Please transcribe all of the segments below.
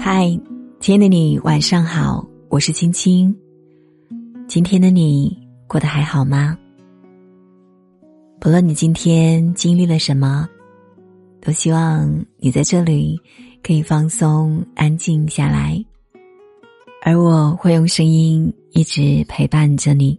嗨，今天的你晚上好，我是青青。今天的你过得还好吗？不论你今天经历了什么，都希望你在这里可以放松安静下来，而我会用声音一直陪伴着你。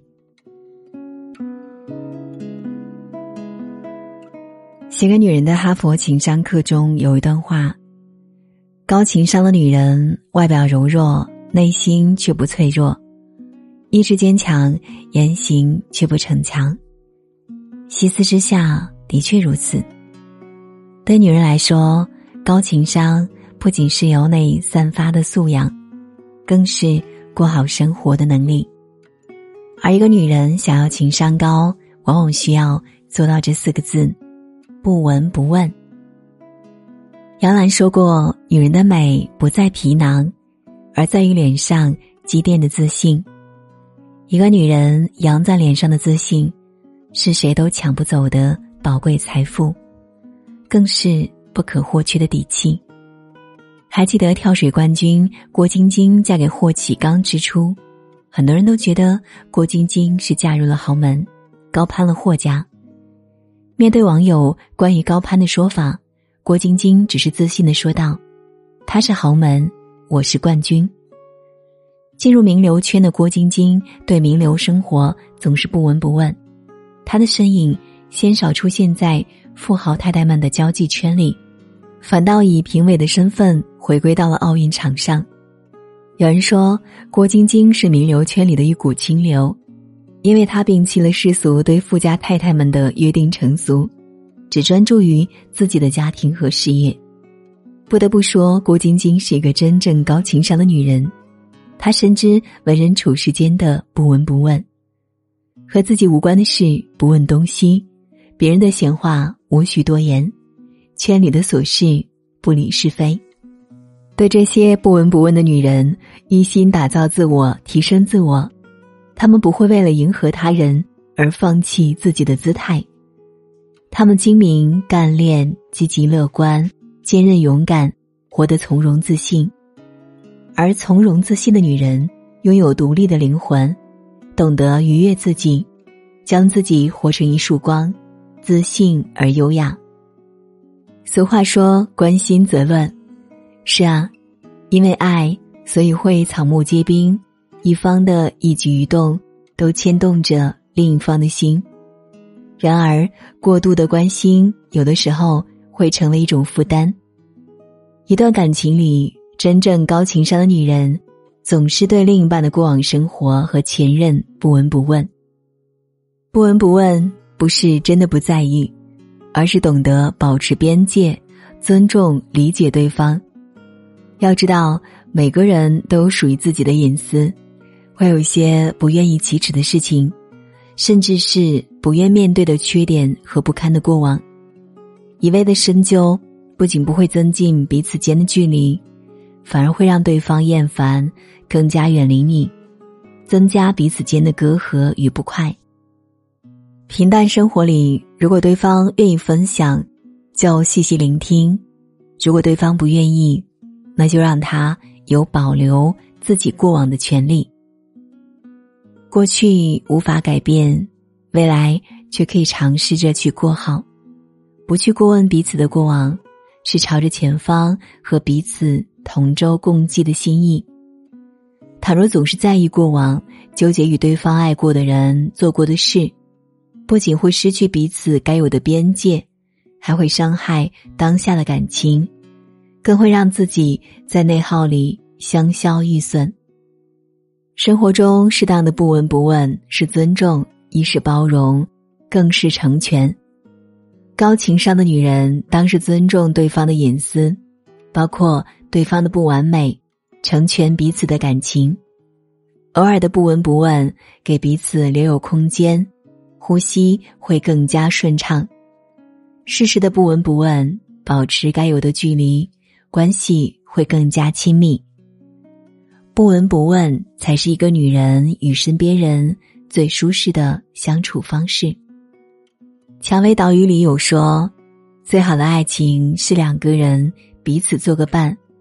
写给女人的哈佛情商课中有一段话，高情商的女人外表柔弱，内心却不脆弱，意志坚强，言行却不逞强。细思之下，的确如此。对女人来说，高情商不仅是由内散发的素养，更是过好生活的能力。而一个女人想要情商高，往往需要做到这4个字：不闻不问。杨澜说过，女人的美不在皮囊，而在于脸上积淀的自信。一个女人扬在脸上的自信，是谁都抢不走的宝贵财富，更是不可或缺的底气。还记得跳水冠军郭晶晶嫁给霍启刚之初，很多人都觉得郭晶晶是嫁入了豪门，高攀了霍家。面对网友关于高攀的说法，郭晶晶只是自信地说道：他是豪门，我是冠军。进入名流圈的郭晶晶对名流生活总是不闻不问，她的身影鲜少出现在富豪太太们的交际圈里，反倒以评委的身份回归到了奥运场上。有人说郭晶晶是名流圈里的一股清流，因为她摒弃了世俗对富家太太们的约定成俗，只专注于自己的家庭和事业。不得不说，郭晶晶是一个真正高情商的女人，她深知为人处世间的不闻不问，和自己无关的事不问东西，别人的闲话无需多言，圈里的琐事不理是非。对这些不闻不问的女人，一心打造自我，提升自我，她们不会为了迎合他人而放弃自己的姿态。她们精明干练，积极乐观，坚韧勇敢，活得从容自信。而从容自信的女人拥有独立的灵魂，懂得愉悦自己，将自己活成一束光，自信而优雅。俗话说关心则乱，是啊，因为爱，所以会草木皆兵，一方的一举一动都牵动着另一方的心。然而过度的关心有的时候会成为一种负担。一段感情里，真正高情商的女人总是对另一半的过往生活和前任不闻不问。不闻不问不是真的不在意，而是懂得保持边界，尊重理解对方。要知道，每个人都有属于自己的隐私，会有一些不愿意启齿的事情，甚至是不愿面对的缺点和不堪的过往。一味的深究，不仅不会增进彼此间的距离，反而会让对方厌烦，更加远离你，增加彼此间的隔阂与不快。平淡生活里，如果对方愿意分享，就细细聆听；如果对方不愿意，那就让他有保留自己过往的权利。过去无法改变，未来却可以尝试着去过好。不去过问彼此的过往，是朝着前方和彼此同舟共济的心意。倘若总是在意过往，纠结与对方爱过的人做过的事，不仅会失去彼此该有的边界，还会伤害当下的感情，更会让自己在内耗里香消玉损。生活中适当的不闻不问是尊重，一是包容，更是成全。高情商的女人当是尊重对方的隐私，包括对方的不完美，成全彼此的感情。偶尔的不闻不问，给彼此留有空间，呼吸会更加顺畅。适时的不闻不问，保持该有的距离，关系会更加亲密。不闻不问才是一个女人与身边人最舒适的相处方式。蔷薇岛屿里有说，最好的爱情是两个人彼此做个伴，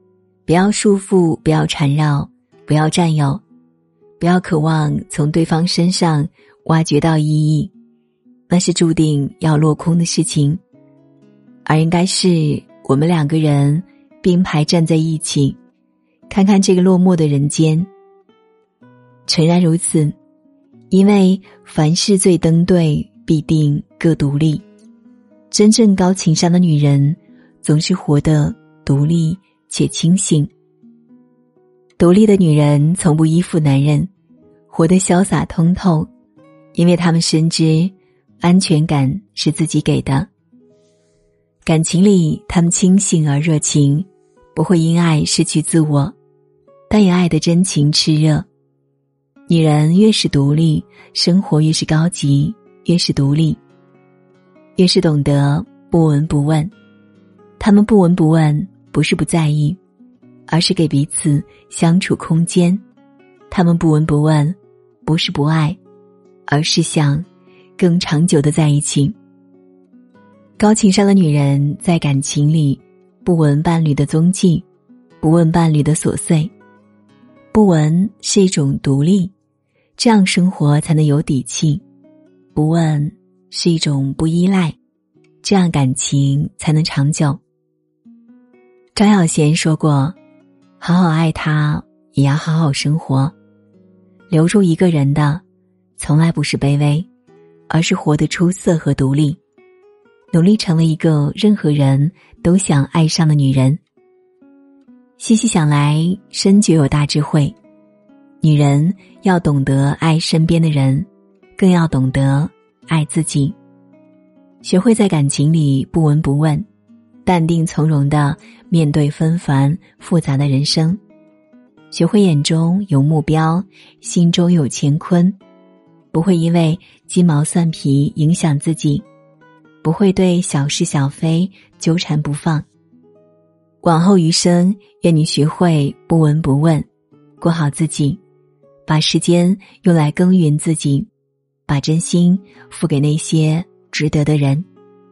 不要束缚，不要缠绕，不要占有，不要渴望从对方身上挖掘到意义，那是注定要落空的事情，而应该是我们两个人并排站在一起，看看这个落寞的人间。诚然如此，因为凡事最登对，必定各独立。真正高情商的女人，总是活得独立且清醒。独立的女人从不依附男人，活得潇洒通透，因为她们深知安全感是自己给的。感情里，她们清醒而热情，不会因爱失去自我，但也爱得真情炽热。女人越是独立，生活越是高级，越是独立，越是懂得不闻不问。她们不闻不问，不是不在意，而是给彼此相处空间。她们不闻不问，不是不爱，而是想更长久地在一起。高情商的女人在感情里不闻伴侣的踪迹，不问伴侣的琐碎。不闻是一种独立，这样生活才能有底气。不问是一种不依赖，这样感情才能长久。张小娴说过，好好爱他，也要好好生活。留住一个人的，从来不是卑微，而是活得出色和独立。努力成为一个任何人都想爱上的女人。细细想来，深觉有大智慧。女人要懂得爱身边的人，更要懂得爱自己。学会在感情里不闻不问，淡定从容地面对纷繁复杂的人生。学会眼中有目标，心中有乾坤，不会因为鸡毛蒜皮影响自己，不会对小事小非纠缠不放。往后余生，愿你学会不闻不问，过好自己，把时间用来耕耘自己，把真心付给那些值得的人。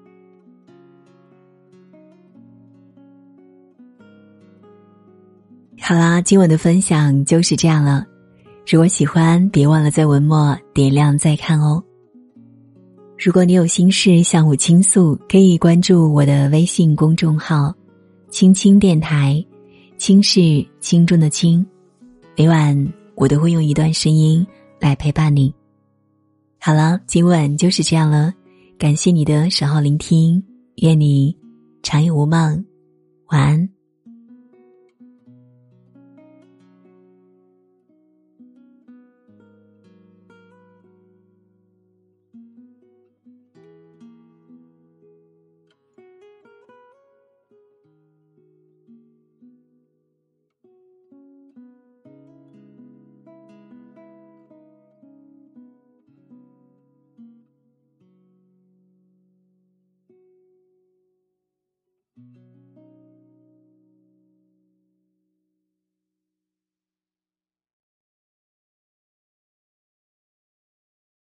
好啦，今晚的分享就是这样了。如果喜欢，别忘了在文末点亮再看哦。如果你有心事向我倾诉，可以关注我的微信公众号青青电台，青是轻重的轻，每晚我都会用一段声音来陪伴你。好了，今晚就是这样了，感谢你的守候聆听，愿你长夜无梦，晚安。